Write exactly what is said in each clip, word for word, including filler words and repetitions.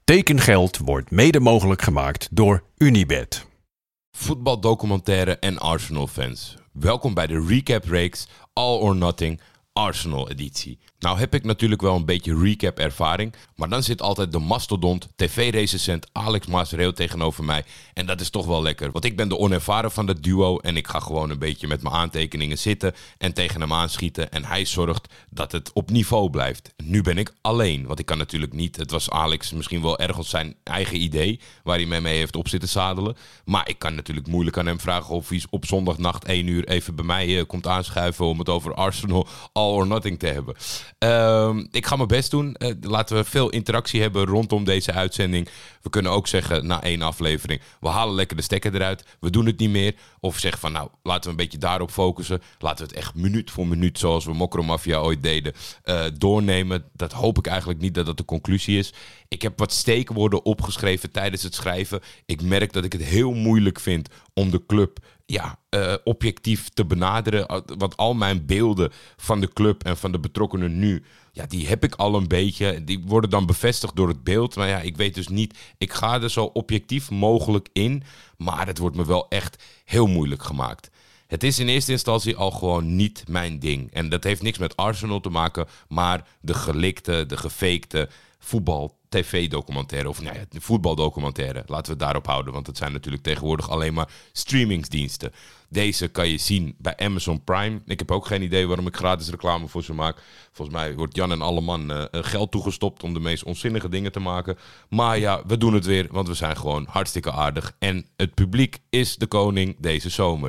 Tekengeld wordt mede mogelijk gemaakt door Unibet. Voetbaldocumentaire en Arsenal-fans. Welkom bij de recap-reeks All or Nothing Arsenal-editie. Nou heb ik natuurlijk wel een beetje recap-ervaring, maar dan zit altijd de mastodont, tv-recensent Alex Masreel tegenover mij. En dat is toch wel lekker, want ik ben de onervaren van dat duo en ik ga gewoon een beetje met mijn aantekeningen zitten en tegen hem aanschieten. En hij zorgt dat het op niveau blijft. Nu ben ik alleen, want ik kan natuurlijk niet, het was Alex misschien wel ergens zijn eigen idee, waar hij mij mee heeft op zitten zadelen. Maar ik kan natuurlijk moeilijk aan hem vragen of hij op zondagnacht één uur even bij mij uh, komt aanschuiven om het over Arsenal All or Nothing te hebben. Uh, ik ga mijn best doen. Uh, laten we veel interactie hebben rondom deze uitzending. We kunnen ook zeggen na één aflevering, we halen lekker de stekker eruit. We doen het niet meer. Of zeggen van nou, laten we een beetje daarop focussen. Laten we het echt minuut voor minuut, zoals we Mokromafia ooit deden, uh, doornemen. Dat hoop ik eigenlijk niet dat dat de conclusie is. Ik heb wat steekwoorden opgeschreven tijdens het schrijven. Ik merk dat ik het heel moeilijk vind om de club ja, uh, objectief te benaderen. Want al mijn beelden van de club en van de betrokkenen nu, ja, die heb ik al een beetje. Die worden dan bevestigd door het beeld. Maar ja, ik weet dus niet. Ik ga er zo objectief mogelijk in. Maar het wordt me wel echt heel moeilijk gemaakt. Het is in eerste instantie al gewoon niet mijn ding. En dat heeft niks met Arsenal te maken, maar de gelikte, de gefakte voetbal tv-documentaire, of nee, voetbaldocumentaire. Laten we het daarop houden, want het zijn natuurlijk tegenwoordig alleen maar streamingsdiensten. Deze kan je zien bij Amazon Prime. Ik heb ook geen idee waarom ik gratis reclame voor ze maak. Volgens mij wordt Jan en Alleman uh, geld toegestopt om de meest onzinnige dingen te maken. Maar ja, we doen het weer, want we zijn gewoon hartstikke aardig. En het publiek is de koning deze zomer.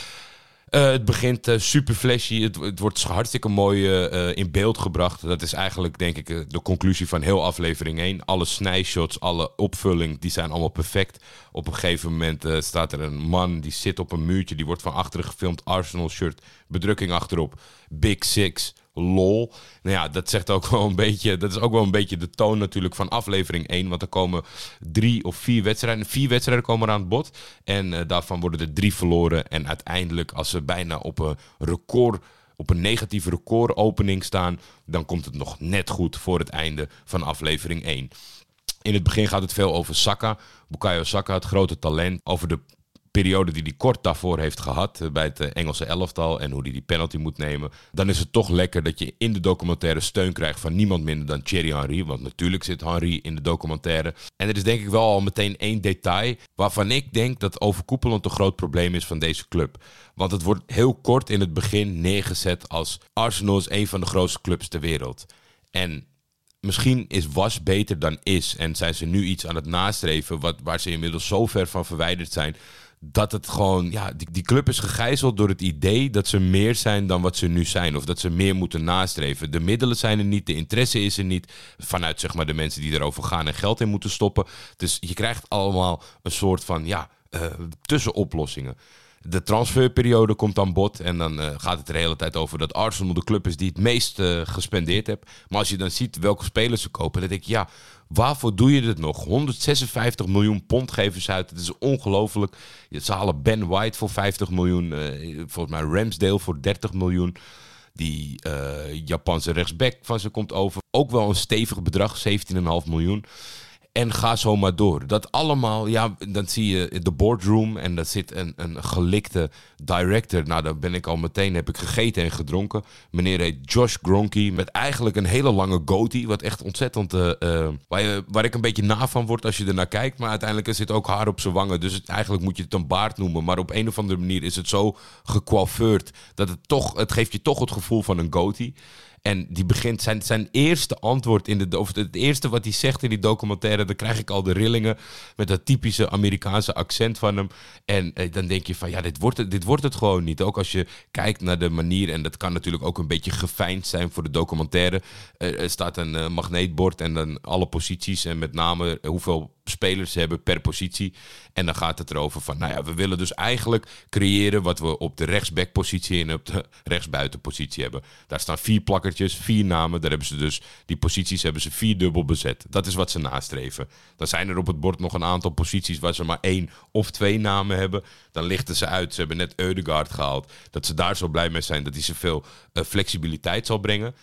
Uh, het begint uh, super flashy. Het, het wordt hartstikke mooi uh, in beeld gebracht. Dat is eigenlijk, denk ik, uh, de conclusie van heel aflevering één. Alle snijshots, alle opvulling, die zijn allemaal perfect. Op een gegeven moment uh, staat er een man die zit op een muurtje. Die wordt van achteren gefilmd. Arsenal shirt, bedrukking achterop. Big Six, lol. Nou ja, dat zegt ook wel een beetje. Dat is ook wel een beetje de toon natuurlijk van aflevering één. Want er komen drie of vier wedstrijden. Vier wedstrijden komen er aan het bod. En uh, daarvan worden er drie verloren. En uiteindelijk, als ze bijna op een record, op een negatieve recordopening staan, dan komt het nog net goed voor het einde van aflevering één. In het begin gaat het veel over Saka. Bukayo Saka, het grote talent. Over de periode die hij kort daarvoor heeft gehad bij het Engelse elftal en hoe hij die penalty moet nemen. Dan is het toch lekker dat je in de documentaire steun krijgt van niemand minder dan Thierry Henry. Want natuurlijk zit Henry in de documentaire. En er is denk ik wel al meteen één detail waarvan ik denk dat overkoepelend een groot probleem is van deze club. Want het wordt heel kort in het begin neergezet als Arsenal is een van de grootste clubs ter wereld. En misschien is was beter dan is en zijn ze nu iets aan het nastreven wat, waar ze inmiddels zo ver van verwijderd zijn, dat het gewoon, ja, die, die club is gegijzeld door het idee dat ze meer zijn dan wat ze nu zijn. Of dat ze meer moeten nastreven. De middelen zijn er niet, de interesse is er niet. Vanuit, zeg maar, de mensen die erover gaan en geld in moeten stoppen. Dus je krijgt allemaal een soort van, ja, uh, tussenoplossingen. De transferperiode komt aan bod en dan uh, gaat het er de hele tijd over dat Arsenal de club is die het meest uh, gespendeerd heeft. Maar als je dan ziet welke spelers ze kopen, dan denk ik, ja, waarvoor doe je dit nog? honderdzesenvijftig miljoen pond geven ze uit. Het is ongelooflijk. Ze halen Ben White voor vijftig miljoen. Uh, volgens mij Ramsdale voor dertig miljoen. Die uh, Japanse rechtsback van ze komt over. Ook wel een stevig bedrag, zeventien komma vijf miljoen. En ga zo maar door. Dat allemaal, ja, dan zie je de boardroom en daar zit een, een gelikte director. Nou, dan ben ik al meteen, heb ik gegeten en gedronken. Meneer heet Josh Kroenke met eigenlijk een hele lange goatee. Wat echt ontzettend, uh, uh, waar, je, waar ik een beetje na van word als je er naar kijkt. Maar uiteindelijk zit ook haar op zijn wangen. Dus het, eigenlijk moet je het een baard noemen. Maar op een of andere manier is het zo gecoiffeerd dat het toch, het geeft je toch het gevoel van een goatee. En die begint zijn, zijn eerste antwoord in de, of het eerste wat hij zegt in die documentaire, dan krijg ik al de rillingen met dat typische Amerikaanse accent van hem. En eh, dan denk je van ja, dit wordt, het, dit wordt het gewoon niet. Ook als je kijkt naar de manier, en dat kan natuurlijk ook een beetje gefijnd zijn voor de documentaire. Uh, er staat een uh, magneetbord en dan alle posities en met name hoeveel spelers ze hebben per positie. En dan gaat het erover van, nou ja, we willen dus eigenlijk creëren wat we op de rechtsbackpositie en op de rechtsbuitenpositie hebben. Daar staan vier plakkertjes, vier namen. Daar hebben ze dus, die posities hebben ze vierdubbel bezet. Dat is wat ze nastreven. Dan zijn er op het bord nog een aantal posities waar ze maar één of twee namen hebben. Dan lichten ze uit. Ze hebben net Ødegaard gehaald. Dat ze daar zo blij mee zijn dat hij zoveel uh, flexibiliteit zal brengen.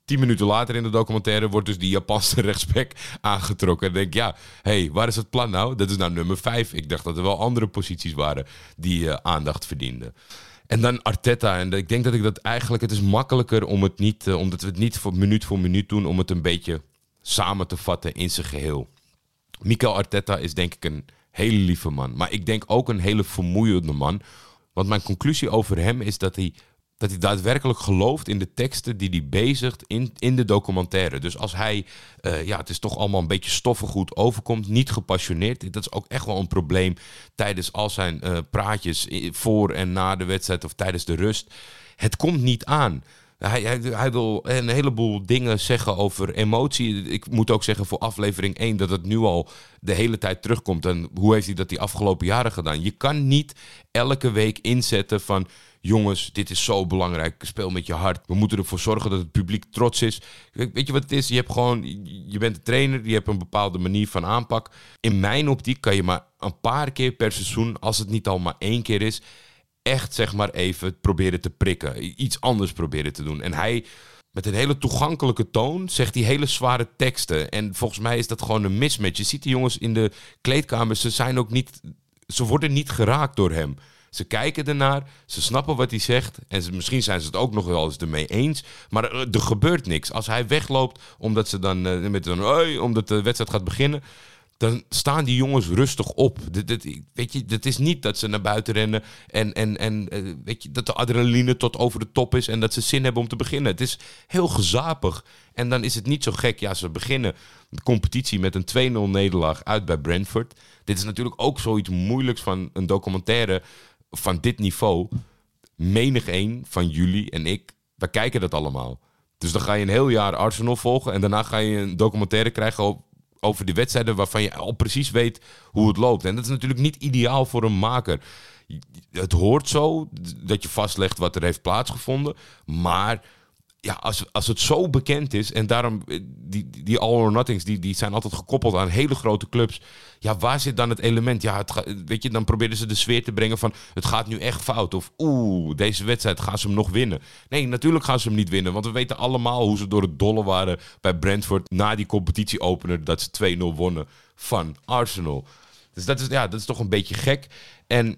Tien minuten later in de documentaire wordt dus die Japanse rechtsback aangetrokken. En denk ik, ja, hé, hey, waar is het plan nou? Dat is nou nummer vijf. Ik dacht dat er wel andere posities waren die uh, aandacht verdienden. En dan Arteta. En ik denk dat ik dat eigenlijk... Het is makkelijker om het niet, uh, omdat we het niet voor minuut voor minuut doen, om het een beetje samen te vatten in zijn geheel. Mikel Arteta is denk ik een hele lieve man. Maar ik denk ook een hele vermoeiende man. Want mijn conclusie over hem is dat hij... dat hij daadwerkelijk gelooft in de teksten die hij bezigt in, in de documentaire. Dus als hij, uh, ja, het is toch allemaal een beetje stoffengoed overkomt, niet gepassioneerd. Dat is ook echt wel een probleem tijdens al zijn uh, praatjes voor en na de wedstrijd of tijdens de rust. Het komt niet aan. Hij, hij, hij wil een heleboel dingen zeggen over emotie. Ik moet ook zeggen voor aflevering één dat het nu al de hele tijd terugkomt. En hoe heeft hij dat die afgelopen jaren gedaan? Je kan niet elke week inzetten van... jongens, dit is zo belangrijk. Speel met je hart. We moeten ervoor zorgen dat het publiek trots is. Weet je wat het is? Je hebt gewoon, je bent een trainer. Je hebt een bepaalde manier van aanpak. In mijn optiek kan je maar een paar keer per seizoen, als het niet al maar één keer is, echt zeg maar even proberen te prikken. Iets anders proberen te doen. En hij, met een hele toegankelijke toon, zegt die hele zware teksten. En volgens mij is dat gewoon een mismatch. Je ziet die jongens in de kleedkamer. Ze zijn ook niet, ze worden niet geraakt door hem. Ze kijken ernaar, ze snappen wat hij zegt. En ze, misschien zijn ze het ook nog wel eens ermee eens. Maar er, er gebeurt niks. Als hij wegloopt, omdat, ze dan, uh, met een, hey, omdat de wedstrijd gaat beginnen, dan staan die jongens rustig op. Dit, dit, weet je, het is niet dat ze naar buiten rennen en, en, en uh, weet je, dat de adrenaline tot over de top is en dat ze zin hebben om te beginnen. Het is heel gezapig. En dan is het niet zo gek. Ja, ze beginnen de competitie met een twee nul nederlaag uit bij Brentford. Dit is natuurlijk ook zoiets moeilijks van een documentaire van dit niveau. Menig een van jullie en ik, wij kijken dat allemaal. Dus dan ga je een heel jaar Arsenal volgen en daarna ga je een documentaire krijgen over die wedstrijden waarvan je al precies weet hoe het loopt. En dat is natuurlijk niet ideaal voor een maker. Het hoort zo dat je vastlegt wat er heeft plaatsgevonden, maar ja, als, als het zo bekend is en daarom, die, die all or nothings, die, die zijn altijd gekoppeld aan hele grote clubs. Ja, waar zit dan het element? Ja, het ga, weet je, dan proberen ze de sfeer te brengen van het gaat nu echt fout. Of oeh, deze wedstrijd gaan ze hem nog winnen. Nee, natuurlijk gaan ze hem niet winnen. Want we weten allemaal hoe ze door het dolle waren bij Brentford na die competitieopener dat ze twee nul wonnen van Arsenal. Dus dat is, ja, dat is toch een beetje gek. En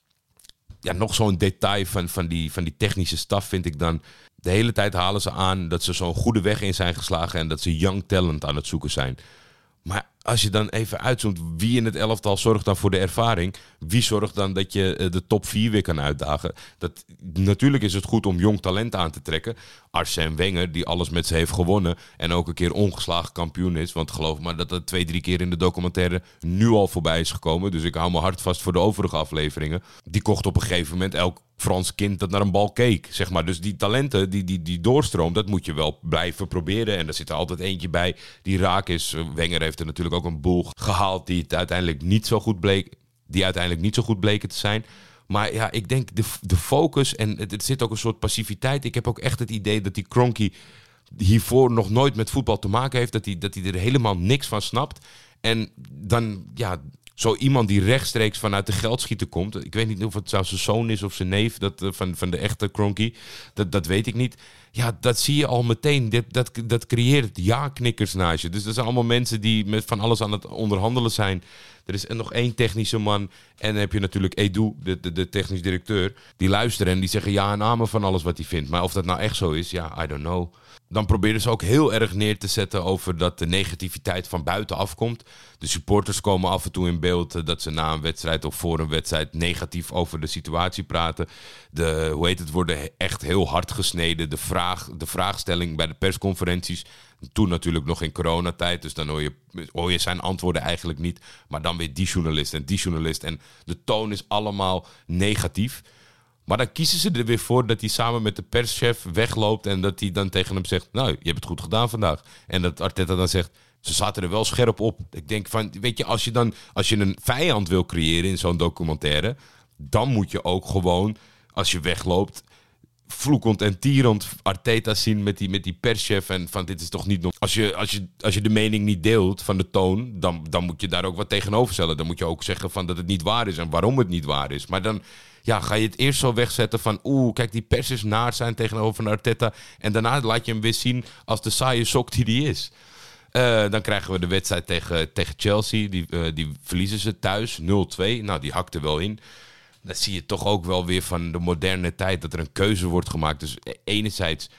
ja, nog zo'n detail van, van, die, van die technische staf vind ik dan. De hele tijd halen ze aan dat ze zo'n goede weg in zijn geslagen en dat ze young talent aan het zoeken zijn. Maar als je dan even uitzoomt, wie in het elftal zorgt dan voor de ervaring? Wie zorgt dan dat je de top vier weer kan uitdagen? Dat, natuurlijk is het goed om jong talent aan te trekken. Arsène Wenger, die alles met ze heeft gewonnen en ook een keer ongeslagen kampioen is. Want geloof maar dat dat twee, drie keer in de documentaire nu al voorbij is gekomen. Dus ik hou mijn hart vast voor de overige afleveringen. Die kocht op een gegeven moment elk Frans kind dat naar een bal keek, zeg maar. Dus die talenten, die, die, die doorstroom, dat moet je wel blijven proberen. En er zit er altijd eentje bij die raak is. Wenger heeft er natuurlijk ook een boel gehaald die het uiteindelijk niet zo goed bleek, die uiteindelijk niet zo goed bleken te zijn. Maar ja, ik denk de, de focus en het, het zit ook een soort passiviteit. Ik heb ook echt het idee dat die Kroenke hiervoor nog nooit met voetbal te maken heeft, dat hij, dat hij er helemaal niks van snapt. En dan, ja, zo iemand die rechtstreeks vanuit de geldschieter komt. Ik weet niet of het zou zijn zoon is of zijn neef dat, van, van de echte Kroenke. Dat, dat weet ik niet. Ja, dat zie je al meteen. Dat, dat, dat creëert ja-knikkers naast je. Dus dat zijn allemaal mensen die met van alles aan het onderhandelen zijn. Er is nog één technische man. En dan heb je natuurlijk Edu, de, de, de technisch directeur. Die luisteren en die zeggen ja en amen van alles wat hij vindt. Maar of dat nou echt zo is, ja, I don't know. Dan proberen ze ook heel erg neer te zetten over dat de negativiteit van buitenaf komt. De supporters komen af en toe in beeld dat ze na een wedstrijd of voor een wedstrijd negatief over de situatie praten. De, hoe heet het, worden echt heel hard gesneden. De, vraag, de vraagstelling bij de persconferenties. Toen natuurlijk nog in coronatijd, dus dan hoor je, hoor je zijn antwoorden eigenlijk niet. Maar dan weer die journalist en die journalist. En de toon is allemaal negatief. Maar dan kiezen ze er weer voor dat hij samen met de perschef wegloopt en dat hij dan tegen hem zegt, nou, je hebt het goed gedaan vandaag. En dat Arteta dan zegt, ze zaten er wel scherp op. Ik denk van, weet je, als je dan, als je een vijand wil creëren in zo'n documentaire, dan moet je ook gewoon, als je wegloopt, vloekend en tierend Arteta zien met die, met die perschef. En van dit is toch niet nog... Als je, als, je, als je de mening niet deelt van de toon, dan, dan moet je daar ook wat tegenover stellen. Dan moet je ook zeggen van dat het niet waar is en waarom het niet waar is. Maar dan ja, ga je het eerst zo wegzetten van oeh, kijk, die pers is naar zijn tegenover Arteta. En daarna laat je hem weer zien als de saaie sok die die is. Uh, dan krijgen we de wedstrijd tegen, tegen Chelsea. Die, uh, die verliezen ze thuis, nul twee. Nou, die hakt er wel in. Dan zie je toch ook wel weer van de moderne tijd dat er een keuze wordt gemaakt. Dus enerzijds,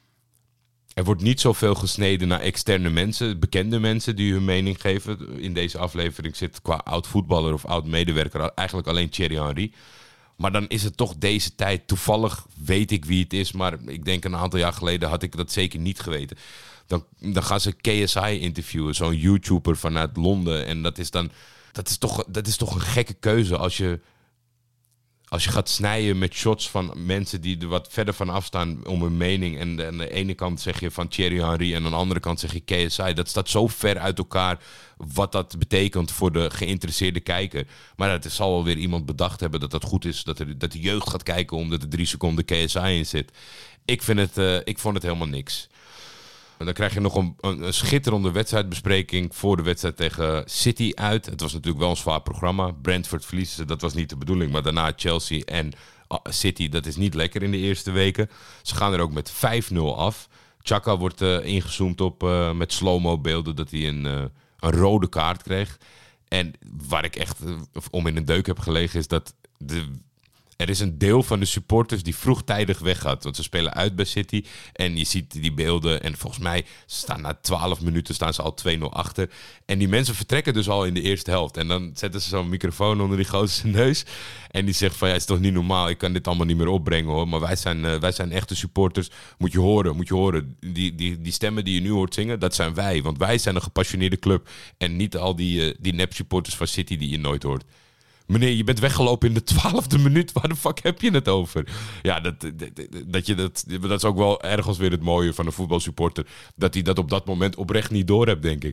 er wordt niet zoveel gesneden naar externe mensen, bekende mensen die hun mening geven. In deze aflevering zit qua oud-voetballer of oud-medewerker eigenlijk alleen Thierry Henry. Maar dan is het toch deze tijd. Toevallig weet ik wie het is, maar ik denk een aantal jaar geleden had ik dat zeker niet geweten. Dan, dan gaan ze K S I interviewen, zo'n YouTuber vanuit Londen. En dat is dan, dat is toch, dat is toch een gekke keuze als je... Als je gaat snijden met shots van mensen die er wat verder van afstaan om hun mening. En aan de ene kant zeg je van Thierry Henry en aan de andere kant zeg je K S I. Dat staat zo ver uit elkaar wat dat betekent voor de geïnteresseerde kijker. Maar het zal wel weer iemand bedacht hebben dat dat goed is. Dat, er, dat de jeugd gaat kijken omdat er drie seconden K S I in zit. Ik, vind het, uh, ik vond het helemaal niks. En dan krijg je nog een, een, een schitterende wedstrijdbespreking voor de wedstrijd tegen City uit. Het was natuurlijk wel een zwaar programma. Brentford verliezen, dat was niet de bedoeling. Maar daarna Chelsea en City, dat is niet lekker in de eerste weken. Ze gaan er ook met vijf nul af. Xhaka wordt uh, ingezoomd op uh, met slow-mo beelden dat hij een, uh, een rode kaart kreeg. En waar ik echt uh, om in een deuk heb gelegen is dat... de Er is een deel van de supporters die vroegtijdig weggaat. Want ze spelen uit bij City. En je ziet die beelden. En volgens mij staan na twaalf minuten staan ze al twee nul achter. En die mensen vertrekken dus al in de eerste helft. En dan zetten ze zo'n microfoon onder die gozer neus. En die zegt van ja, het is toch niet normaal. Ik kan dit allemaal niet meer opbrengen hoor. Maar wij zijn, uh, wij zijn echte supporters. Moet je horen, moet je horen. Die, die, die stemmen die je nu hoort zingen, dat zijn wij. Want wij zijn een gepassioneerde club. En niet al die, uh, die nep supporters van City die je nooit hoort. Meneer, je bent weggelopen in de twaalfde minuut. Waar de fuck heb je het over? Ja, dat, dat, dat, je dat, dat is ook wel ergens weer het mooie van een voetbalsupporter. Dat hij dat op dat moment oprecht niet door hebt, denk ik.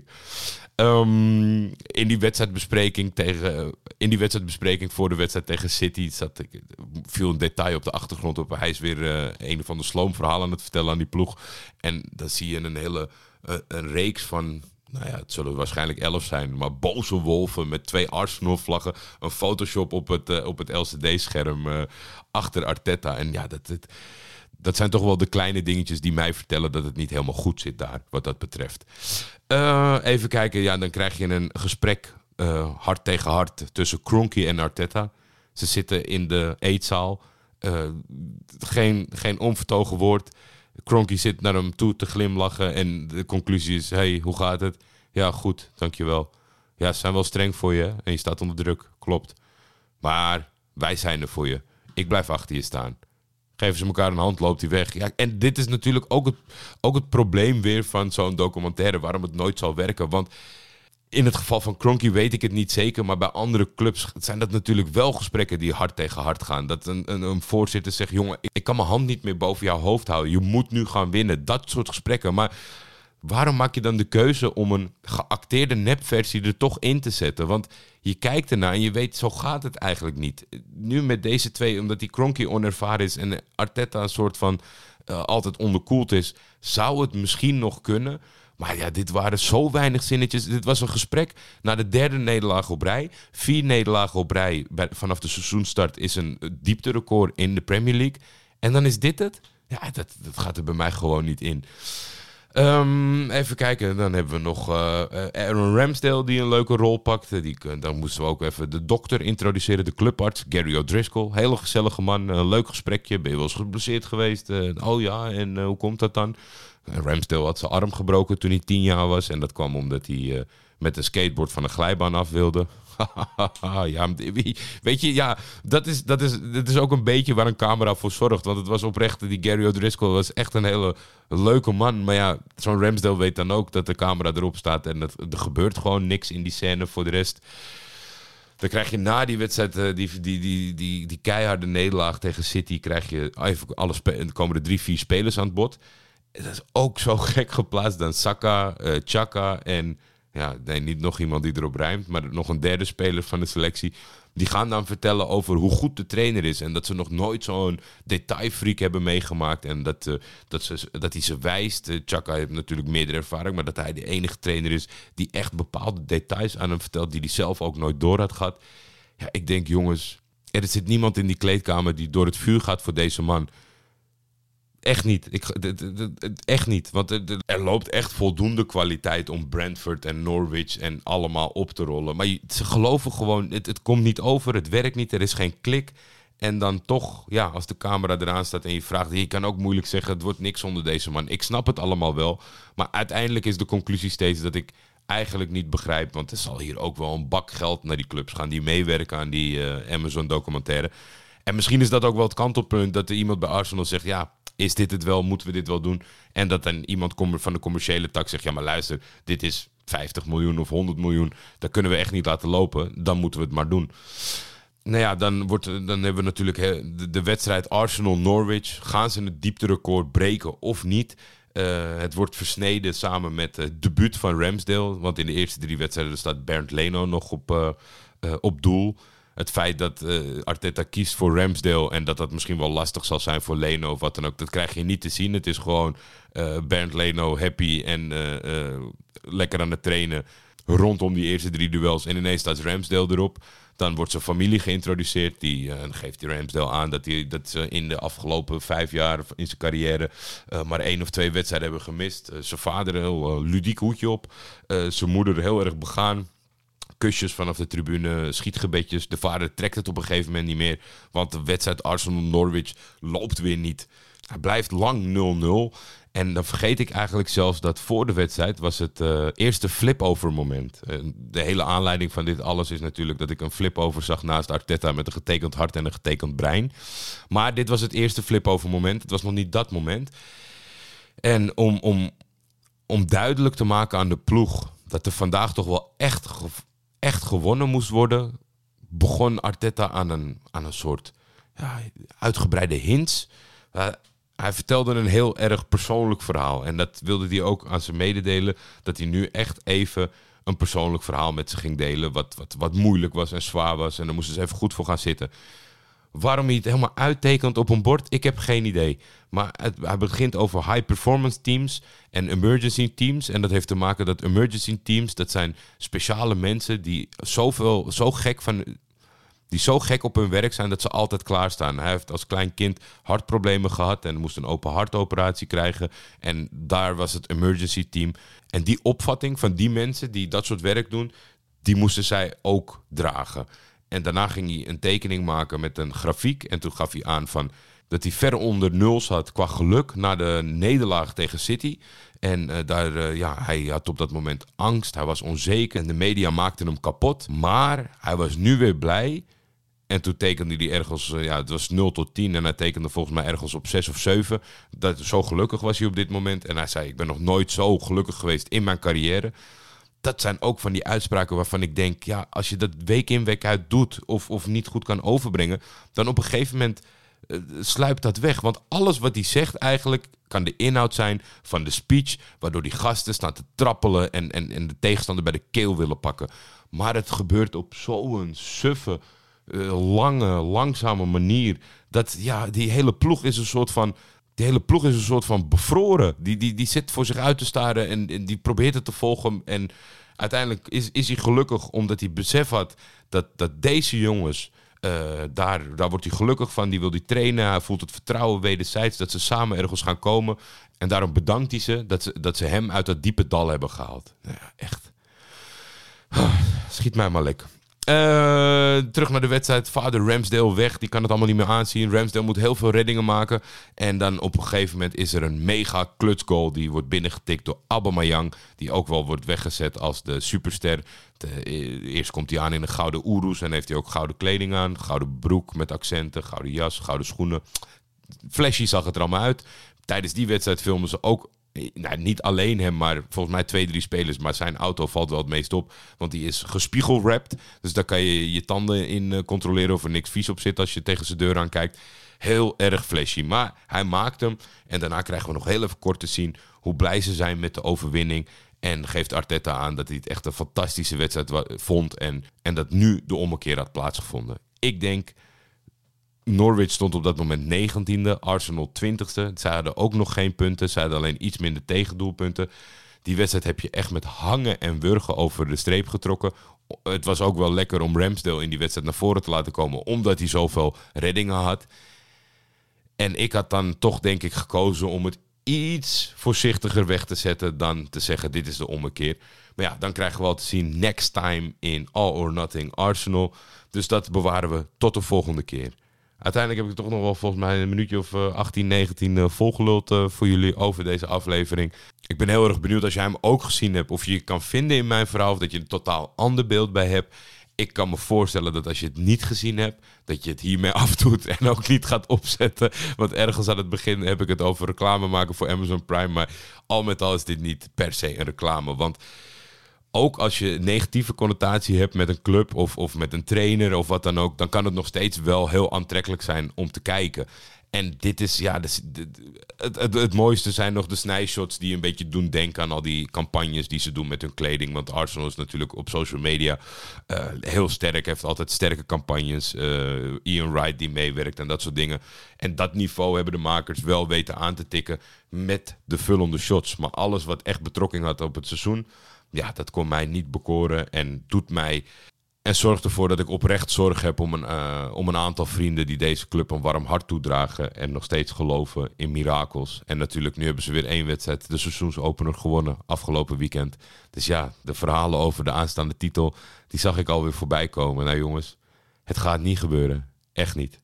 Um, in die wedstrijdbespreking tegen, in die wedstrijdbespreking voor de wedstrijd tegen City zat, viel een detail op de achtergrond op. Hij is weer uh, een van de sloomverhalen aan het vertellen aan die ploeg. En dan zie je een hele uh, een reeks van... Nou ja, het zullen er waarschijnlijk elf zijn. Maar boze wolven met twee Arsenal-vlaggen. Een Photoshop op het, uh, op het L C D-scherm uh, achter Arteta. En ja, dat, dat, dat zijn toch wel de kleine dingetjes die mij vertellen dat het niet helemaal goed zit daar, wat dat betreft. Uh, even kijken, ja, dan krijg je een gesprek uh, hart tegen hart tussen Kroenke en Arteta. Ze zitten in de eetzaal. Uh, geen, geen onvertogen woord. Kroenke zit naar hem toe te glimlachen en de conclusie is... hey, hoe gaat het? Ja, goed, dankjewel. Ja, ze zijn wel streng voor je en je staat onder druk, klopt. Maar wij zijn er voor je. Ik blijf achter je staan. Geven ze elkaar een hand, loopt hij weg. Ja, en dit is natuurlijk ook het, ook het probleem weer van zo'n documentaire... waarom het nooit zal werken, want... In het geval van Kroenke weet ik het niet zeker, maar bij andere clubs zijn dat natuurlijk wel gesprekken die hard tegen hard gaan. Dat een, een, een voorzitter zegt, jongen, ik kan mijn hand niet meer boven jouw hoofd houden. Je moet nu gaan winnen. Dat soort gesprekken. Maar waarom maak je dan de keuze om een geacteerde nepversie er toch in te zetten? Want je kijkt ernaar en je weet, zo gaat het eigenlijk niet. Nu met deze twee, omdat die Kroenke onervaren is en Arteta een soort van uh, altijd onderkoeld is, zou het misschien nog kunnen... Maar ja, dit waren zo weinig zinnetjes. Dit was een gesprek na de derde nederlaag op rij. Vier nederlagen op rij bij, vanaf de seizoenstart is een diepterecord in de Premier League. En dan is dit het? Ja, dat, dat gaat er bij mij gewoon niet in. Um, even kijken, dan hebben we nog uh, Aaron Ramsdale die een leuke rol pakte. Die, dan moesten we ook even de dokter introduceren, de clubarts, Gary O'Driscoll. Hele gezellige man, een leuk gesprekje. Ben je wel eens geblesseerd geweest? Uh, oh ja, en uh, hoe komt dat dan? Ramsdale had zijn arm gebroken toen hij tien jaar was. En dat kwam omdat hij uh, met een skateboard van een glijbaan af wilde. Ja, weet je, ja, dat is, dat, is, dat is ook een beetje waar een camera voor zorgt. Want het was oprecht, die Gary O'Driscoll was echt een hele leuke man. Maar ja, zo'n Ramsdale weet dan ook dat de camera erop staat. En dat, er gebeurt gewoon niks in die scène voor de rest. Dan krijg je na die wedstrijd, uh, die, die, die, die, die keiharde nederlaag tegen City, krijg je even alle spe- er komen er drie, vier spelers aan het bod. Dat is ook zo gek geplaatst dan Saka, uh, Xhaka en ja, nee, niet nog iemand die erop rijmt, maar nog een derde speler van de selectie. Die gaan dan vertellen over hoe goed de trainer is. En dat ze nog nooit zo'n detailfreak hebben meegemaakt. En dat, uh, dat, ze, dat hij ze wijst. Uh, Chaka heeft natuurlijk meerdere ervaring. Maar dat hij de enige trainer is die echt bepaalde details aan hem vertelt. Die hij zelf ook nooit door had gehad. Ja, ik denk, jongens, er zit niemand in die kleedkamer die door het vuur gaat voor deze man. Echt niet. Ik, d, d, d, echt niet. Want er, er loopt echt voldoende kwaliteit om Brentford en Norwich en allemaal op te rollen. Maar je, ze geloven gewoon, het, het komt niet over, het werkt niet, er is geen klik. En dan toch, ja, als de camera eraan staat en je vraagt, je kan ook moeilijk zeggen, het wordt niks zonder deze man. Ik snap het allemaal wel. Maar uiteindelijk is de conclusie steeds dat ik eigenlijk niet begrijp. Want er zal hier ook wel een bak geld naar die clubs gaan die meewerken aan die uh, Amazon documentaire. En misschien is dat ook wel het kantelpunt dat er iemand bij Arsenal zegt, ja, is dit het wel? Moeten we dit wel doen? En dat dan iemand van de commerciële tak zegt, ja, maar luister, dit is vijftig miljoen of honderd miljoen. Dat kunnen we echt niet laten lopen. Dan moeten we het maar doen. Nou ja, dan, wordt, dan hebben we natuurlijk de, de wedstrijd Arsenal-Norwich. Gaan ze het diepterecord breken of niet? Uh, het wordt versneden samen met het debuut van Ramsdale. Want in de eerste drie wedstrijden staat Bernd Leno nog op, uh, uh, op doel. Het feit dat uh, Arteta kiest voor Ramsdale en dat dat misschien wel lastig zal zijn voor Leno of wat dan ook, dat krijg je niet te zien. Het is gewoon uh, Bernd Leno happy en uh, uh, lekker aan het trainen rondom die eerste drie duels. En ineens staat Ramsdale erop. Dan wordt zijn familie geïntroduceerd. Die uh, geeft die Ramsdale aan dat, die, dat ze in de afgelopen vijf jaar in zijn carrière uh, maar één of twee wedstrijden hebben gemist. Uh, zijn vader een heel uh, ludiek hoedje op. Uh, zijn moeder heel erg begaan. Kusjes vanaf de tribune, schietgebedjes. De vader trekt het op een gegeven moment niet meer. Want de wedstrijd Arsenal-Norwich loopt weer niet. Hij blijft lang nul nul. En dan vergeet ik eigenlijk zelfs dat voor de wedstrijd was het uh, eerste flip-over moment. Uh, de hele aanleiding van dit alles is natuurlijk dat ik een flip-over zag naast Arteta met een getekend hart en een getekend brein. Maar dit was het eerste flip-over moment. Het was nog niet dat moment. En om, om, om duidelijk te maken aan de ploeg dat er vandaag toch wel echt... Ge- echt gewonnen moest worden, begon Arteta aan een, aan een soort ja, uitgebreide hints. Uh, hij vertelde een heel erg persoonlijk verhaal. En dat wilde hij ook aan zijn mededelen, dat hij nu echt even een persoonlijk verhaal met ze ging delen, wat, wat, wat moeilijk was en zwaar was. En daar moesten ze even goed voor gaan zitten. Waarom hij het helemaal uittekent op een bord, ik heb geen idee. Maar het, hij begint over high-performance teams en emergency teams. En dat heeft te maken dat emergency teams, dat zijn speciale mensen die zoveel, zo gek van, die zo gek op hun werk zijn dat ze altijd klaarstaan. Hij heeft als klein kind hartproblemen gehad en moest een open hartoperatie krijgen. En daar was het emergency team. En die opvatting van die mensen die dat soort werk doen, die moesten zij ook dragen. En daarna ging hij een tekening maken met een grafiek. En toen gaf hij aan van dat hij ver onder nul zat qua geluk na de nederlaag tegen City. En uh, daar, uh, ja, hij had op dat moment angst. Hij was onzeker en de media maakten hem kapot. Maar hij was nu weer blij. En toen tekende hij ergens, uh, ja, het was nul tot tien. En hij tekende volgens mij ergens op zes of zeven. Dat, zo gelukkig was hij op dit moment. En hij zei, ik ben nog nooit zo gelukkig geweest in mijn carrière. Dat zijn ook van die uitspraken waarvan ik denk, ja, als je dat week in week uit doet of, of niet goed kan overbrengen, dan op een gegeven moment uh, sluipt dat weg. Want alles wat hij zegt eigenlijk kan de inhoud zijn van de speech, waardoor die gasten staan te trappelen en, en, en de tegenstander bij de keel willen pakken. Maar het gebeurt op zo'n suffe, uh, lange, langzame manier, dat ja, die hele ploeg is een soort van... Die hele ploeg is een soort van bevroren. Die, die, die zit voor zich uit te staren en, en die probeert het te volgen. En uiteindelijk is, is hij gelukkig omdat hij besef had dat, dat deze jongens, uh, daar, daar wordt hij gelukkig van. Die wil hij trainen. Hij voelt het vertrouwen wederzijds dat ze samen ergens gaan komen. En daarom bedankt hij ze dat ze, dat ze hem uit dat diepe dal hebben gehaald. Nou ja, echt. Schiet mij maar lekker. Uh, terug naar de wedstrijd. Vader Ramsdale weg. Die kan het allemaal niet meer aanzien. Ramsdale moet heel veel reddingen maken. En dan op een gegeven moment is er een mega klutsgoal. Die wordt binnengetikt door Aubameyang. Die ook wel wordt weggezet als de superster. De, eerst komt hij aan in een gouden oeroes. En heeft hij ook gouden kleding aan. Gouden broek met accenten. Gouden jas. Gouden schoenen. Flashy zag het er allemaal uit. Tijdens die wedstrijd filmen ze ook... Nou, niet alleen hem, maar volgens mij twee, drie spelers. Maar zijn auto valt wel het meest op. Want die is gespiegelwrapped. Dus daar kan je je tanden in uh, controleren of er niks vies op zit als je tegen zijn deur aankijkt. Heel erg flashy. Maar hij maakt hem. En daarna krijgen we nog heel even kort te zien hoe blij ze zijn met de overwinning. En geeft Arteta aan dat hij het echt een fantastische wedstrijd wa- vond. En, en dat nu de ommekeer had plaatsgevonden. Ik denk, Norwich stond op dat moment negentiende, Arsenal twintigste. Zij hadden ook nog geen punten. Zij hadden alleen iets minder tegendoelpunten. Die wedstrijd heb je echt met hangen en wurgen over de streep getrokken. Het was ook wel lekker om Ramsdale in die wedstrijd naar voren te laten komen, omdat hij zoveel reddingen had. En ik had dan toch denk ik gekozen om het iets voorzichtiger weg te zetten dan te zeggen dit is de ommekeer. Maar ja, dan krijgen we al te zien next time in All or Nothing Arsenal. Dus dat bewaren we tot de volgende keer. Uiteindelijk heb ik toch nog wel volgens mij een minuutje of uh, achttien, negentien uh, volgeluld uh, voor jullie over deze aflevering. Ik ben heel erg benieuwd als jij hem ook gezien hebt, of je je kan vinden in mijn verhaal, of dat je een totaal ander beeld bij hebt. Ik kan me voorstellen dat als je het niet gezien hebt, dat je het hiermee afdoet en ook niet gaat opzetten. Want ergens aan het begin heb ik het over reclame maken voor Amazon Prime. Maar al met al is dit niet per se een reclame. Want ook als je negatieve connotatie hebt met een club of, of met een trainer of wat dan ook, dan kan het nog steeds wel heel aantrekkelijk zijn om te kijken. En dit is, ja, dus, het, het, het mooiste zijn nog de snijshots die een beetje doen denken aan al die campagnes die ze doen met hun kleding. Want Arsenal is natuurlijk op social media uh, heel sterk, heeft altijd sterke campagnes. Uh, Ian Wright die meewerkt en dat soort dingen. En dat niveau hebben de makers wel weten aan te tikken met de vullende shots. Maar alles wat echt betrekking had op het seizoen, ja, dat kon mij niet bekoren en doet mij. En zorgt ervoor dat ik oprecht zorg heb om een, uh, om een aantal vrienden die deze club een warm hart toedragen en nog steeds geloven in mirakels. En natuurlijk, nu hebben ze weer één wedstrijd, de seizoensopener, gewonnen afgelopen weekend. Dus ja, de verhalen over de aanstaande titel, die zag ik alweer voorbij komen. Nou jongens, het gaat niet gebeuren. Echt niet.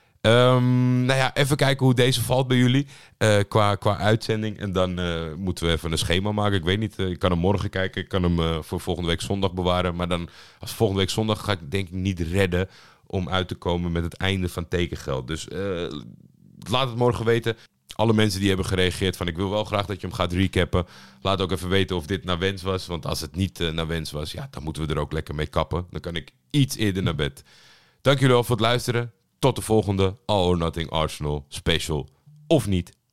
Um, nou ja, even kijken hoe deze valt bij jullie uh, qua, qua uitzending. En dan uh, moeten we even een schema maken. Ik weet niet, uh, ik kan hem morgen kijken. Ik kan hem uh, voor volgende week zondag bewaren. Maar dan, als volgende week zondag ga ik denk ik niet redden om uit te komen met het einde van tekengeld. Dus uh, laat het morgen weten. Alle mensen die hebben gereageerd van ik wil wel graag dat je hem gaat recappen. Laat ook even weten of dit naar wens was. Want als het niet uh, naar wens was, ja, dan moeten we er ook lekker mee kappen. Dan kan ik iets eerder naar bed. Dank jullie wel voor het luisteren. Tot de volgende All or Nothing Arsenal special. Of niet.